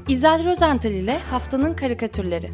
İzel Rozental ile Haftanın Karikatürleri.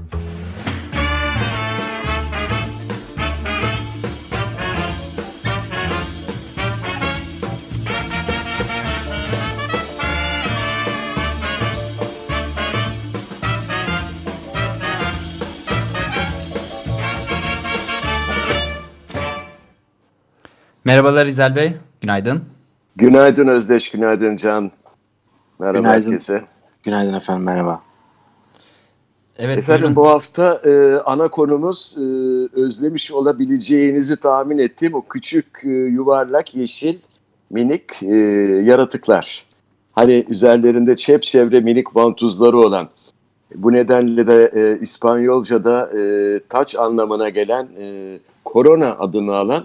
Merhabalar İzel Bey, günaydın. Günaydın Özdeş, günaydın Can. Merhaba Günaydın. herkese. Günaydın efendim, merhaba. Evet, Efendim buyurun. bu hafta ana konumuz özlemiş olabileceğinizi tahmin ettiğim o küçük yuvarlak yeşil minik yaratıklar. Hani üzerlerinde çepçevre minik vantuzları olan, bu nedenle de İspanyolca'da taç anlamına gelen korona adını alan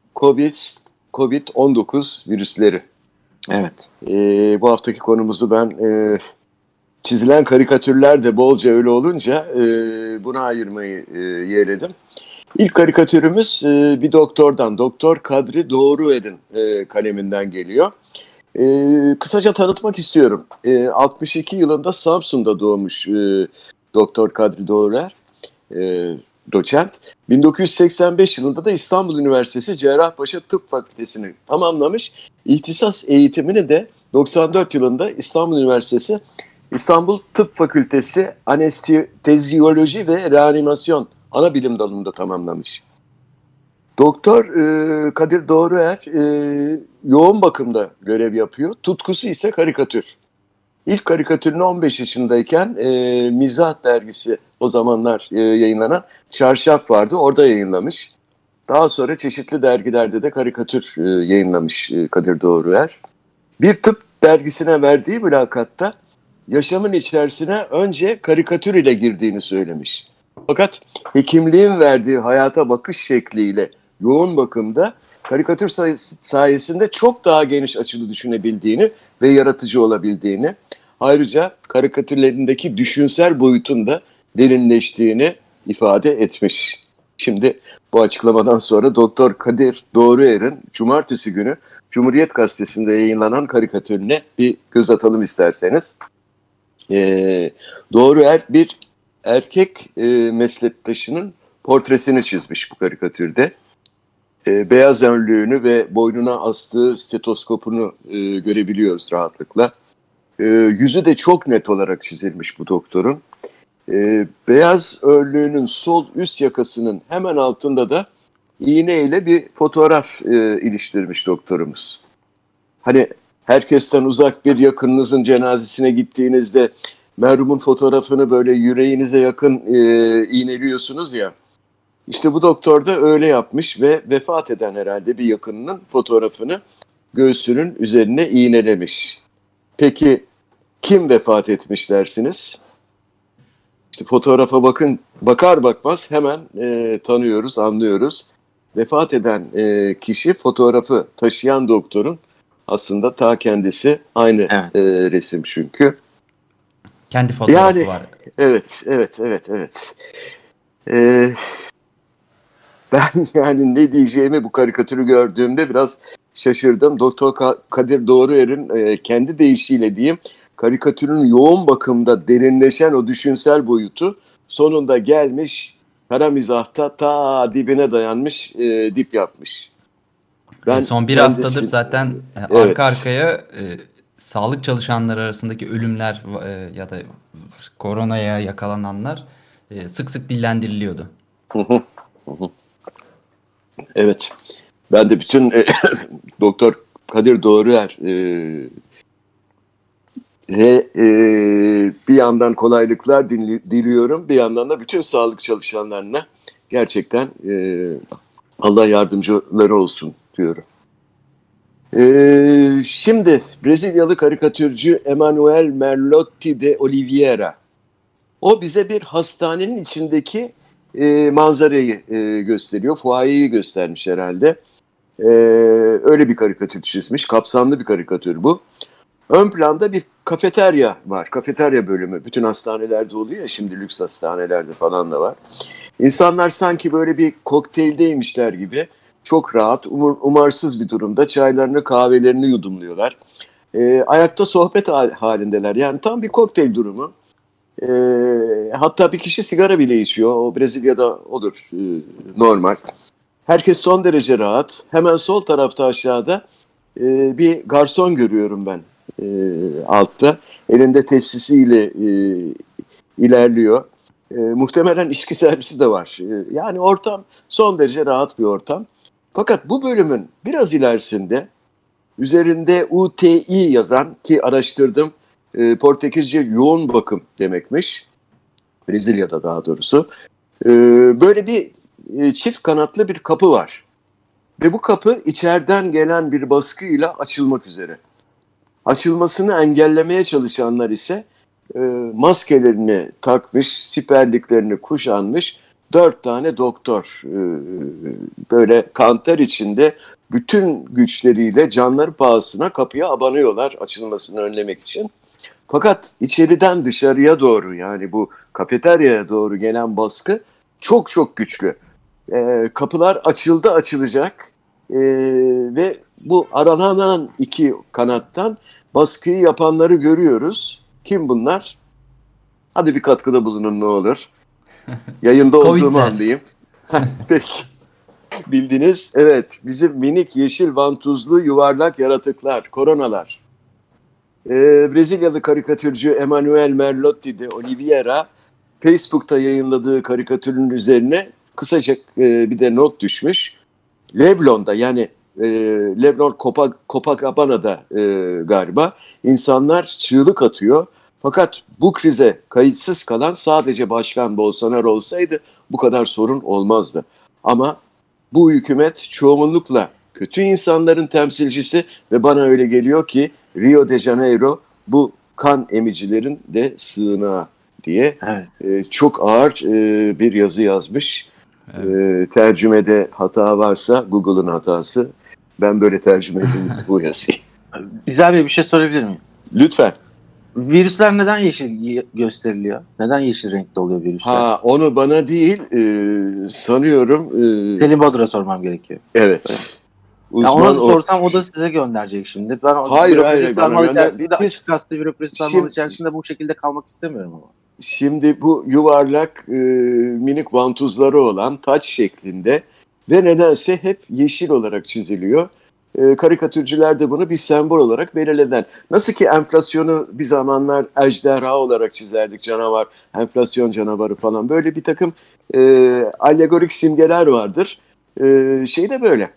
COVID-19 virüsleri. Evet. Bu haftaki konumuzu ben çizilen karikatürler de bolca öyle olunca buna ayırmayı yeğledim. İlk karikatürümüz bir doktordan, Doktor Kadri Doğruer'in kaleminden geliyor. Kısaca tanıtmak istiyorum. 62 yılında Samsun'da doğmuş Doktor Kadri Doğruer, doçent. 1985 yılında da İstanbul Üniversitesi Cerrahpaşa Tıp Fakültesini tamamlamış. İhtisas eğitimini de 94 yılında İstanbul Üniversitesi İstanbul Tıp Fakültesi Anestezyoloji ve Reanimasyon ana bilim dalında tamamlamış. Doktor Kadir Doğruer yoğun bakımda görev yapıyor. Tutkusu ise karikatür. İlk karikatürünü 15 yaşındayken Mizah dergisi o zamanlar yayınlanan Çarşaf vardı. Orada yayınlamış. Daha sonra çeşitli dergilerde de karikatür yayınlamış Kadir Doğruer. Bir tıp dergisine verdiği mülakatta yaşamın içerisine önce karikatür ile girdiğini söylemiş. Fakat hekimliğin verdiği hayata bakış şekliyle yoğun bakımda karikatür sayesinde çok daha geniş açılı düşünebildiğini ve yaratıcı olabildiğini, ayrıca karikatürlerindeki düşünsel boyutun da derinleştiğini ifade etmiş. Şimdi bu açıklamadan sonra Doktor Kadir Doğruer'in Cumartesi günü Cumhuriyet Gazetesi'nde yayınlanan karikatürüne bir göz atalım isterseniz. Doğruer bir erkek meslektaşının portresini çizmiş bu karikatürde. Beyaz önlüğünü ve boynuna astığı stetoskopunu görebiliyoruz rahatlıkla. Yüzü de çok net olarak çizilmiş bu doktorun. Beyaz önlüğünün sol üst yakasının hemen altında da iğneyle bir fotoğraf iliştirmiş doktorumuz. Hani herkesten uzak bir yakınınızın cenazesine gittiğinizde merhumun fotoğrafını böyle yüreğinize yakın iğneliyorsunuz ya. İşte bu doktor da öyle yapmış ve vefat eden herhalde bir yakınının fotoğrafını göğsünün üzerine iğnelemiş. Peki kim vefat etmiş dersiniz? İşte fotoğrafa bakar bakmaz hemen tanıyoruz, anlıyoruz. Vefat eden kişi fotoğrafı taşıyan doktorun aslında ta kendisi, aynı resim çünkü. Kendi fotoğrafı var. Evet. Ben yani ne diyeceğimi bu karikatürü gördüğümde biraz şaşırdım. Doktor Kadir Doğruer'in kendi deyişiyle diyeyim, karikatürün yoğun bakımda derinleşen o düşünsel boyutu sonunda gelmiş, kara mizahta ta dibine dayanmış, dip yapmış. Son bir haftadır zaten arka arkaya sağlık çalışanları arasındaki ölümler ya da koronaya yakalananlar sık sık dillendiriliyordu. Evet, ben de bütün Doktor Kadir Doğruer bir yandan kolaylıklar diliyorum, bir yandan da bütün sağlık çalışanlarına gerçekten Allah yardımcıları olsun diyorum. Şimdi Brezilyalı karikatürcü Emanuel Merlotti de Oliveira. O bize bir hastanenin içindeki manzarayı gösteriyor. Fuayeyi göstermiş herhalde. Öyle bir karikatür çizmiş. Kapsamlı bir karikatür bu. Ön planda bir kafeterya var. Kafeterya bölümü. Bütün hastanelerde oluyor ya, şimdi lüks hastanelerde falan da var. İnsanlar sanki böyle bir kokteyldeymişler gibi çok rahat, umarsız bir durumda çaylarını, kahvelerini yudumluyorlar. Ayakta sohbet halindeler. Yani tam bir kokteyl durumu. Hatta bir kişi sigara bile içiyor. O Brezilya'da olur normal. Herkes son derece rahat. Hemen sol tarafta aşağıda bir garson görüyorum ben altta. Elinde tepsisiyle ilerliyor. Muhtemelen içki servisi de var. Yani ortam son derece rahat bir ortam. Fakat bu bölümün biraz ilerisinde üzerinde UTI yazan, ki araştırdım, Portekizce yoğun bakım demekmiş. Brezilya'da daha doğrusu. Böyle bir çift kanatlı bir kapı var. Ve bu kapı içeriden gelen bir baskıyla açılmak üzere. Açılmasını engellemeye çalışanlar ise maskelerini takmış, siperliklerini kuşanmış 4 tane doktor. Böyle kanter içinde bütün güçleriyle canları pahasına kapıya abanıyorlar açılmasını önlemek için. Fakat içeriden dışarıya doğru, yani bu kafeteryaya doğru gelen baskı çok çok güçlü. Kapılar açılacak ve bu aralanan iki kanattan baskıyı yapanları görüyoruz. Kim bunlar? Hadi bir katkıda bulunun ne olur. Yayında olduğumu anlayayım. Peki. Bildiniz. Evet, bizim minik yeşil vantuzlu yuvarlak yaratıklar, koronalar. Brezilyalı karikatürcü Emanuel Merlotti de Oliveira Facebook'ta yayınladığı karikatürün üzerine kısaca bir de not düşmüş. Leblon'da, yani Leblon Copacabana'da galiba insanlar çığlık atıyor. Fakat bu krize kayıtsız kalan sadece Başkan Bolsonaro olsaydı bu kadar sorun olmazdı. Ama bu hükümet çoğunlukla kötü insanların temsilcisi ve bana öyle geliyor ki Rio de Janeiro bu kan emicilerin de sığınağı diye çok ağır bir yazı yazmış. Evet. Tercümede hata varsa Google'ın hatası. Ben böyle tercüme edeyim bu yazıyı. Güzel bir şey sorabilir miyim? Lütfen. Virüsler neden yeşil gösteriliyor? Neden yeşil renkte oluyor virüsler? Onu bana değil sanıyorum. Selim Badur'a sormam gerekiyor. Evet. Ya ona sorsam o da size gönderecek şimdi. Ben hayır. Sarmalı içerisinde, açık gazete bürokrasi sarmalı içerisinde bu şekilde kalmak istemiyorum ama. Şimdi bu yuvarlak minik vantuzları olan taç şeklinde ve nedense hep yeşil olarak çiziliyor. Karikatürcüler de bunu bir sembol olarak belirleden. Nasıl ki enflasyonu bir zamanlar ejderha olarak çizerdik, canavar, enflasyon canavarı falan. Böyle bir takım alegorik simgeler vardır. Şey de böyle.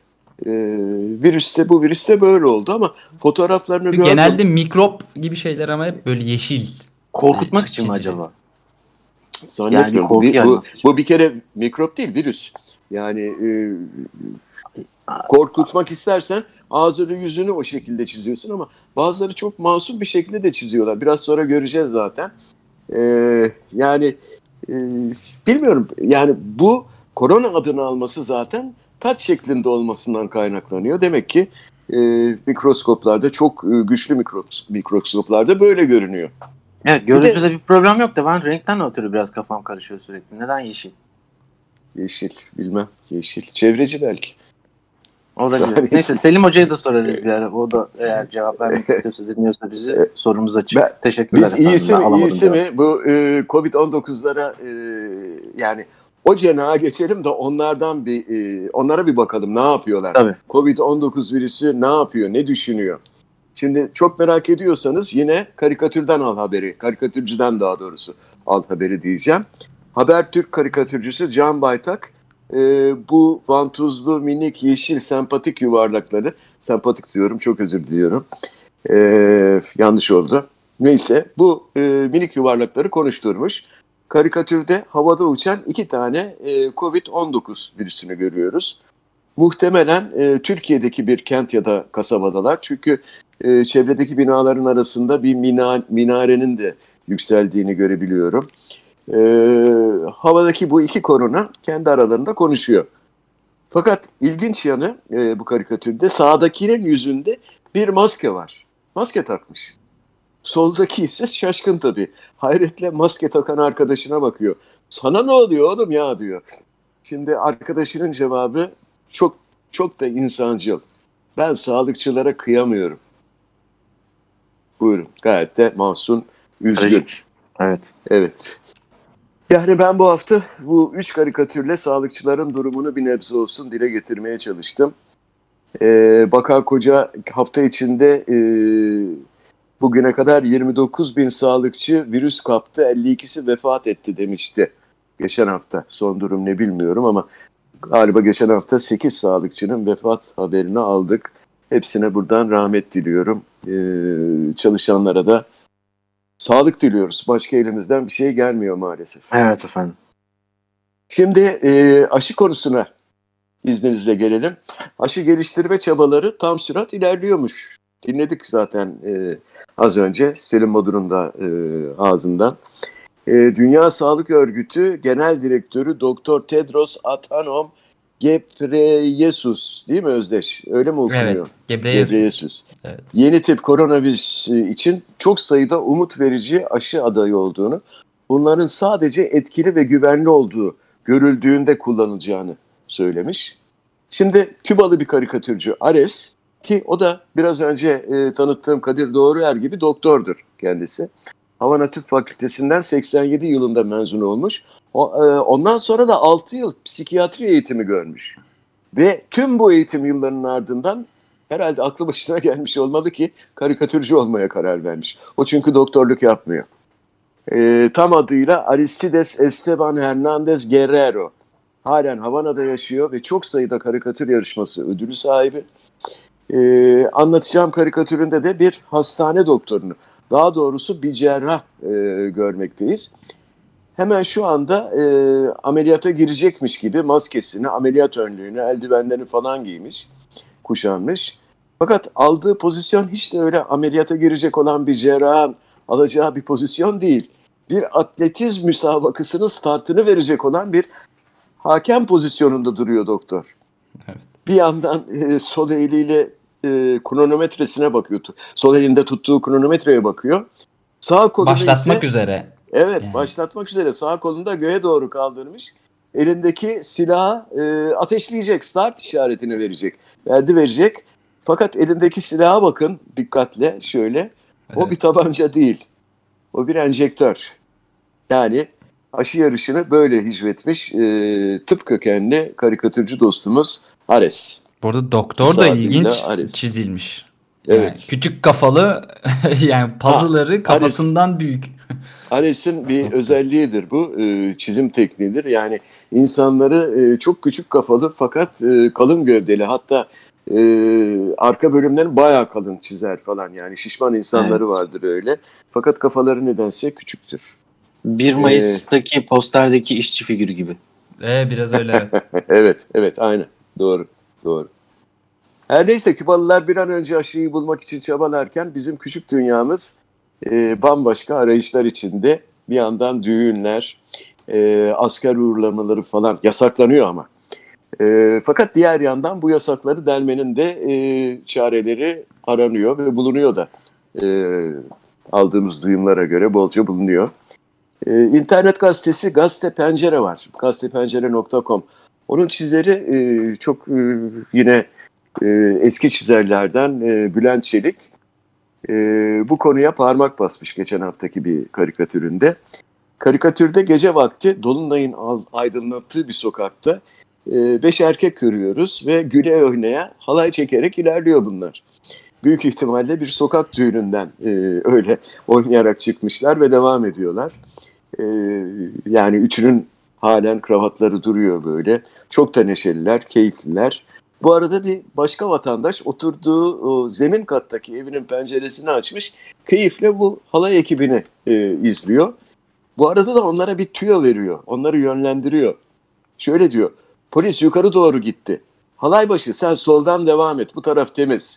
Bu virüste böyle oldu ama fotoğraflarını gördüm. Genelde mikrop gibi şeyler ama hep böyle yeşil. Korkutmak için mi acaba? Zannetmiyorum. Yani bu bir kere mikrop değil, virüs. Yani korkutmak istersen ağzını yüzünü o şekilde çiziyorsun ama bazıları çok masum bir şekilde de çiziyorlar. Biraz sonra göreceğiz zaten. Bilmiyorum. Yani bu korona adını alması zaten taç şeklinde olmasından kaynaklanıyor. Demek ki mikroskoplarda, çok güçlü mikroskoplarda böyle görünüyor. Evet, görüntüde bir problem yok da ben renkten ötürü biraz kafam karışıyor sürekli. Neden yeşil? Yeşil, bilmem. Yeşil. Çevreci belki. O da güzel. Neyse, Selim Hoca'ya da sorarız bir ara. O da eğer cevap vermek istiyorsa, dinliyorsa bizi, sorumuz açık. Teşekkürler. Biz iyisi mi? Bu Covid-19'lara yani o cenaha geçelim de onlara bir bakalım. Ne yapıyorlar? Tabii. Covid-19 virüsü ne yapıyor? Ne düşünüyor? Şimdi çok merak ediyorsanız yine karikatürden al haberi. Karikatürcüden daha doğrusu al haberi diyeceğim. Habertürk karikatürcüsü Can Baytak bu vantuzlu minik yeşil sempatik yuvarlakları, sempatik diyorum, çok özür diliyorum. Yanlış oldu. Neyse, bu minik yuvarlakları konuşturmuş. Karikatürde havada uçan 2 tane Covid-19 virüsünü görüyoruz. Muhtemelen Türkiye'deki bir kent ya da kasabadalar. Çünkü çevredeki binaların arasında bir minarenin de yükseldiğini görebiliyorum. Havadaki bu 2 korona kendi aralarında konuşuyor. Fakat ilginç yanı bu karikatürde sağdakinin yüzünde bir maske var. Maske takmış. Soldaki ise şaşkın tabii. Hayretle maske takan arkadaşına bakıyor. Sana ne oluyor oğlum ya diyor. Şimdi arkadaşının cevabı çok çok da insancıl. Ben sağlıkçılara kıyamıyorum. Buyurun, gayet de masum, üzgün. Evet. Evet. Yani ben bu hafta bu 3 karikatürle sağlıkçıların durumunu bir nebze olsun dile getirmeye çalıştım. Bakan Koca hafta içinde bugüne kadar 29 bin sağlıkçı virüs kaptı, 52'si vefat etti demişti. Geçen hafta son durum ne bilmiyorum ama galiba geçen hafta 8 sağlıkçının vefat haberini aldık. Hepsine buradan rahmet diliyorum. Çalışanlara da sağlık diliyoruz. Başka elimizden bir şey gelmiyor maalesef. Evet efendim. Şimdi aşı konusuna izninizle gelelim. Aşı geliştirme çabaları tam sürat ilerliyormuş. Dinledik zaten az önce Selim Bodur'un da ağzından. Dünya Sağlık Örgütü Genel Direktörü Doktor Tedros Adhanom Ghebreyesus, değil mi Özdeş? Öyle mi okunuyor? Evet, Ghebreyesus. Evet. Yeni tip koronavirüs için çok sayıda umut verici aşı adayı olduğunu, bunların sadece etkili ve güvenli olduğu görüldüğünde kullanılacağını söylemiş. Şimdi Kübalı bir karikatürcü Ares, ki o da biraz önce tanıttığım Kadir Doğruer gibi doktordur kendisi. Havana Tıp Fakültesinden 87 yılında mezun olmuş. Ondan sonra da 6 yıl psikiyatri eğitimi görmüş. Ve tüm bu eğitim yıllarının ardından herhalde aklı başına gelmiş olmalı ki karikatürcü olmaya karar vermiş. O çünkü doktorluk yapmıyor. Tam adıyla Aristides Esteban Hernández Guerrero. Halen Havana'da yaşıyor ve çok sayıda karikatür yarışması ödülü sahibi. Anlatacağım karikatüründe de bir hastane doktorunu, daha doğrusu bir cerrah görmekteyiz. Hemen şu anda ameliyata girecekmiş gibi maskesini, ameliyat önlüğünü, eldivenlerini falan giymiş, kuşanmış. Fakat aldığı pozisyon hiç de öyle ameliyata girecek olan bir cerrahın alacağı bir pozisyon değil. Bir atletizm müsabakasının startını verecek olan bir hakem pozisyonunda duruyor doktor. Evet. Bir yandan sol eliyle kronometresine bakıyor. Sol elinde tuttuğu kronometreye bakıyor. Sağ kolunu başlatmak üzere. Evet, yani. Başlatmak üzere. Sağ kolunu da göğe doğru kaldırmış. Elindeki silahı ateşleyecek, start işaretini verecek. Verecek. Fakat elindeki silaha bakın dikkatle şöyle. Evet. O bir tabanca değil. O bir enjektör. Yani aşı yarışını böyle hicvetmiş tıp kökenli karikatürcü dostumuz Ares. Bu arada doktor da ilginç çizilmiş. Evet. Yani küçük kafalı yani puzzle'ları kafasından büyük. Ares'in bir özelliğidir bu. Çizim tekniğidir. Yani insanları çok küçük kafalı fakat kalın gövdeli. Hatta arka bölümlerini bayağı kalın çizer falan. Yani şişman insanları vardır öyle. Fakat kafaları nedense küçüktür. 1 Mayıs'taki posterdeki işçi figürü gibi. Biraz öyle. evet aynen. Doğru. Her neyse Kübalılar bir an önce aşıyı bulmak için çabalarken bizim küçük dünyamız bambaşka arayışlar içinde. Bir yandan düğünler, asker uğurlamaları falan yasaklanıyor ama. Fakat diğer yandan bu yasakları delmenin de çareleri aranıyor ve bulunuyor da. Aldığımız duyumlara göre bolca bulunuyor. İnternet gazetesi Gazete Pencere var. gazetepencere.com. Onun çizeri çok yine eski çizerlerden Bülent Çelik. Bu konuya parmak basmış geçen haftaki bir karikatüründe. Karikatürde gece vakti dolunayın aydınlattığı bir sokakta 5 erkek görüyoruz ve güle oynaya halay çekerek ilerliyor bunlar. Büyük ihtimalle bir sokak düğününden öyle oynayarak çıkmışlar ve devam ediyorlar. Yani üçünün halen kravatları duruyor böyle. Çok da neşeliler, keyifliler. Bu arada bir başka vatandaş oturduğu o zemin kattaki evinin penceresini açmış. Keyifle bu halay ekibini izliyor. Bu arada da onlara bir tüyo veriyor. Onları yönlendiriyor. Şöyle diyor. Polis yukarı doğru gitti. Halaybaşı sen soldan devam et. Bu taraf temiz.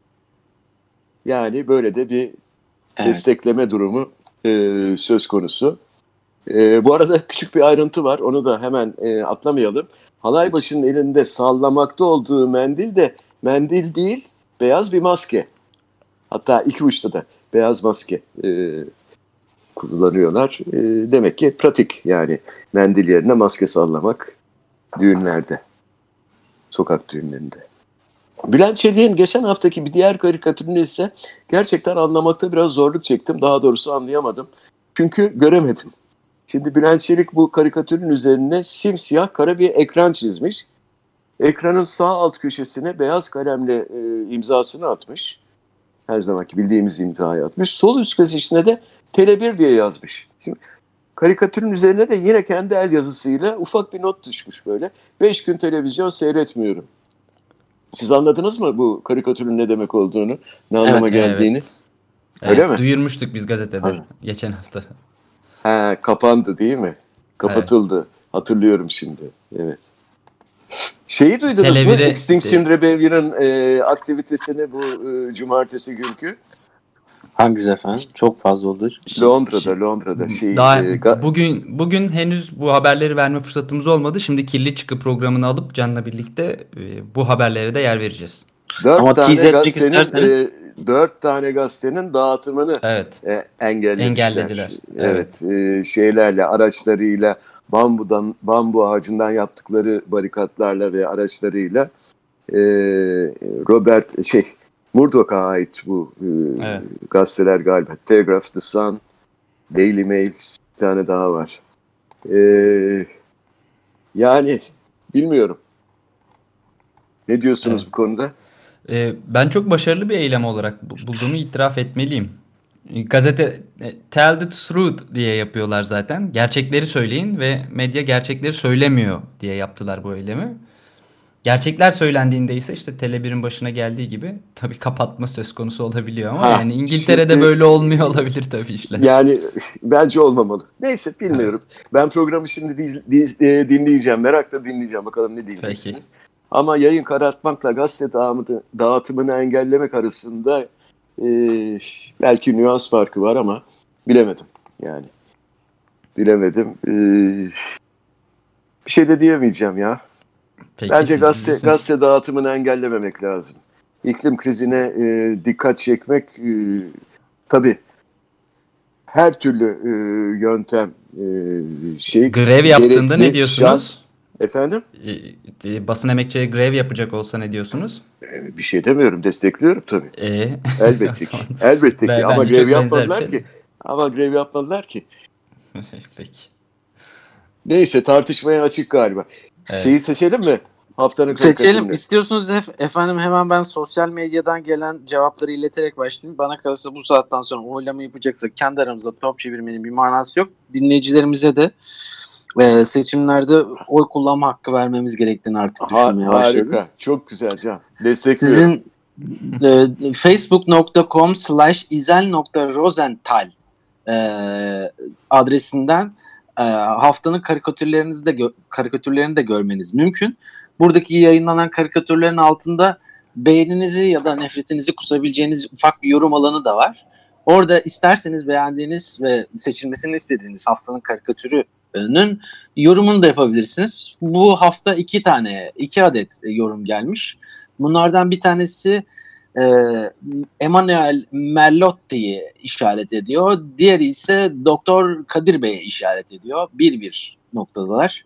Yani böyle de bir destekleme durumu söz konusu. Bu arada küçük bir ayrıntı var. Onu da hemen atlamayalım. Halaybaşı'nın elinde sallamakta olduğu mendil de mendil değil, beyaz bir maske. Hatta iki uçta da beyaz maske kullanıyorlar. Demek ki pratik yani mendil yerine maske sallamak düğünlerde, sokak düğünlerinde. Bülent Çelik'in geçen haftaki bir diğer karikatürünü ise gerçekten anlamakta biraz zorluk çektim. Daha doğrusu anlayamadım. Çünkü göremedim. Şimdi Bülent Çelik bu karikatürün üzerine simsiyah kara bir ekran çizmiş. Ekranın sağ alt köşesine beyaz kalemle imzasını atmış. Her zamanki bildiğimiz imzayı atmış. Sol üst köşesine de Tele1 diye yazmış. Şimdi karikatürün üzerine de yine kendi el yazısıyla ufak bir not düşmüş böyle. 5 gün televizyon seyretmiyorum. Siz anladınız mı bu karikatürün ne demek olduğunu, ne anlama geldiğini? Evet. Öyle mi? Duyurmuştuk biz gazetede geçen hafta. Kapandı değil mi? Kapatıldı. Evet. Hatırlıyorum şimdi. Evet. Şeyi duydunuz mu? Extinction Rebellion'ın aktivitesini bu cumartesi günkü. Hangisi efendim? Çok fazla oldu. Londra'da. Bugün henüz bu haberleri verme fırsatımız olmadı. Şimdi Kirli Çıkı programını alıp Can'la birlikte bu haberlere de yer vereceğiz. 4 tane gazetenin dağıtımını engellemişler. Evet. Şeylerle, araçlarıyla, bambu ağacından yaptıkları barikatlarla ve araçlarıyla Murdoch'a ait bu gazeteler galiba. Telegraph, The Sun, Daily Mail, bir tane daha var. Yani bilmiyorum. Ne diyorsunuz bu konuda? Ben çok başarılı bir eylem olarak bulduğumu itiraf etmeliyim. Gazete Tell the Truth diye yapıyorlar zaten. Gerçekleri söyleyin ve medya gerçekleri söylemiyor diye yaptılar bu eylemi. Gerçekler söylendiğinde ise işte Tele1'in başına geldiği gibi tabii kapatma söz konusu olabiliyor ama yani İngiltere'de şimdi, böyle olmuyor olabilir tabii işler. Yani bence olmamalı. Neyse bilmiyorum. Ben programı şimdi dinleyeceğim. Merakla dinleyeceğim. Bakalım ne diyeceksiniz. Peki. Ama yayın karartmakla gazete dağıtımını engellemek arasında belki nüans farkı var ama bilemedim. Yani bilemedim. Bir şey de diyemeyeceğim ya. Peki, bence gazete dağıtımını engellememek lazım. İklim krizine dikkat çekmek tabii her türlü yöntem grev yaptığında ne diyorsunuz? Efendim? Basın emekçileri grev yapacak olsa ne diyorsunuz? Bir şey demiyorum, destekliyorum tabii. Elbette ki. Elbette ki ama grev yapmadılar ki. Peki. Neyse tartışmaya açık galiba. Evet. Şeyi seçelim mi? Haftanın seçelim. İstiyorsunuz efendim hemen ben sosyal medyadan gelen cevapları ileterek başlayayım. Bana kalırsa bu saatten sonra oylama yapacaksak kendi aramızda top çevirmenin bir manası yok. Dinleyicilerimize de seçimlerde oy kullanma hakkı vermemiz gerektiğini artık düşünmeye başladım. Harika. Çok güzel Can. Destekliyorum. Sizin facebook.com/izel.rosenthal adresinden haftanın karikatürlerini de görmeniz mümkün. Buradaki yayınlanan karikatürlerin altında beğeninizi ya da nefretinizi kusabileceğiniz ufak bir yorum alanı da var. Orada isterseniz beğendiğiniz ve seçilmesini istediğiniz haftanın karikatürünün yorumunu da yapabilirsiniz. Bu hafta 2 adet yorum gelmiş. Bunlardan bir tanesi Emanuel Merlotti'yi işaret ediyor. Diğeri ise Doktor Kadir Bey'e işaret ediyor. 1-1 noktadalar.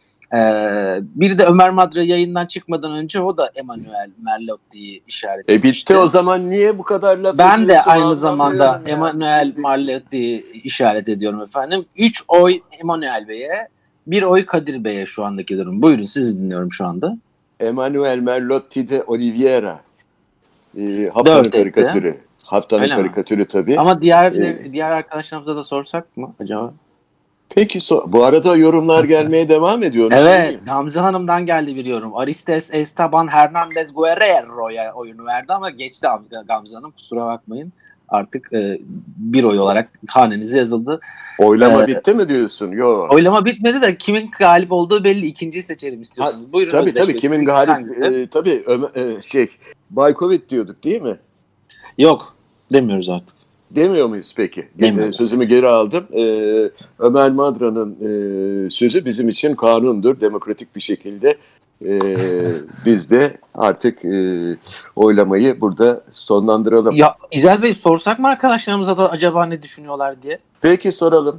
Bir de Ömer Madra yayından çıkmadan önce o da Emanuel Merlotti'yi işaret etmişti. Bitti o zaman niye bu kadar laf Ben de aynı zamanda Emanuel Merlotti'yi işaret ediyorum efendim. 3 oy Emanuel Bey'e, 1 oy Kadir Bey'e şu andaki durum. Buyurun sizi dinliyorum şu anda. Emanuel Merlotti de Oliveira. Haftanın karikatürü. Haftanın karikatürü tabii. Ama diğer arkadaşlarımıza da sorsak mı acaba? Peki bu arada yorumlar gelmeye devam ediyor. Evet, Gamze Hanım'dan geldi bir yorum. Aristes Esteban Hernandez Guerrero'ya oyunu verdi ama geçti Gamze Hanım, kusura bakmayın. Artık bir oy olarak hanenize yazıldı. Oylama bitti mi diyorsun? Yok. Oylama bitmedi de kimin galip olduğu belli. İkinciyi seçelim istiyorsanız. Buyurun. Tabii kimin galip tabii Baykovit diyorduk değil mi? Yok, demiyoruz artık. Demiyor muyuz peki? Sözümü geri aldım. Ömer Madra'nın sözü bizim için kanundur. Demokratik bir şekilde biz de artık oylamayı burada sonlandıralım. Ya İzel Bey sorsak mı arkadaşlarımıza da acaba ne düşünüyorlar diye? Peki soralım.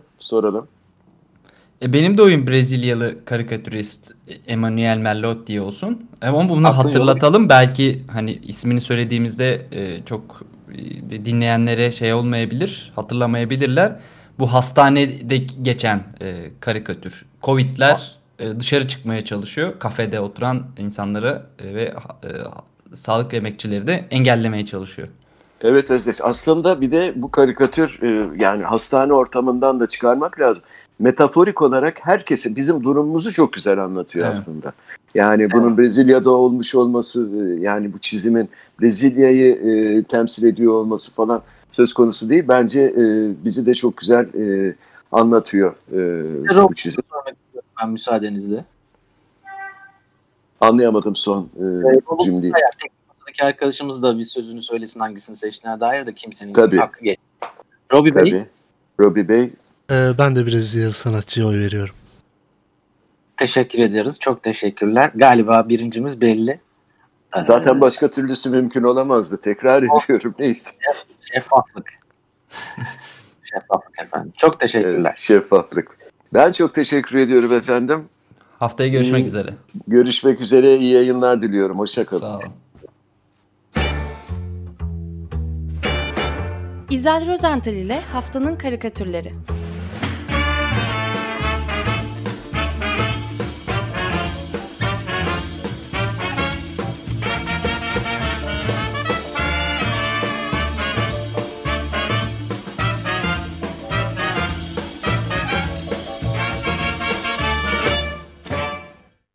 Benim de oyun Brezilyalı karikatürist Emanuel Merlotti olsun. Ama bunu hatırlatalım. Belki hani ismini söylediğimizde çok dinleyenlere şey olmayabilir, hatırlamayabilirler. Bu hastanede geçen karikatür. Covid'ler dışarı çıkmaya çalışıyor. Kafede oturan insanları ve sağlık emekçileri de engellemeye çalışıyor. Evet Özdeş. Aslında bir de bu karikatür yani hastane ortamından da çıkarmak lazım. Metaforik olarak herkesin bizim durumumuzu çok güzel anlatıyor aslında. Yani bunun Brezilya'da olmuş olması, yani bu çizimin Brezilya'yı temsil ediyor olması falan söz konusu değil. Bence bizi de çok güzel anlatıyor bu çizim. Ben müsaadenizle. Anlayamadım son cümleyi. Tek masadaki arkadaşımız da bir sözünü söylesin hangisini seçtiğine dair de kimsenin hakkı geçti. Robbie Bey. Ben de Brezilyalı sanatçıya oy veriyorum. Teşekkür ediyoruz. Çok teşekkürler. Galiba birincimiz belli. Zaten başka türlüsü mümkün olamazdı. Tekrar ediyorum. Neyse. Şeffaflık. Şeffaflık efendim. Çok teşekkürler. Evet, şeffaflık. Ben çok teşekkür ediyorum efendim. Haftaya görüşmek üzere. Görüşmek üzere. İyi yayınlar diliyorum. Hoşça kalın. Sağ olun. İzel Rozental ile Haftanın Karikatürleri.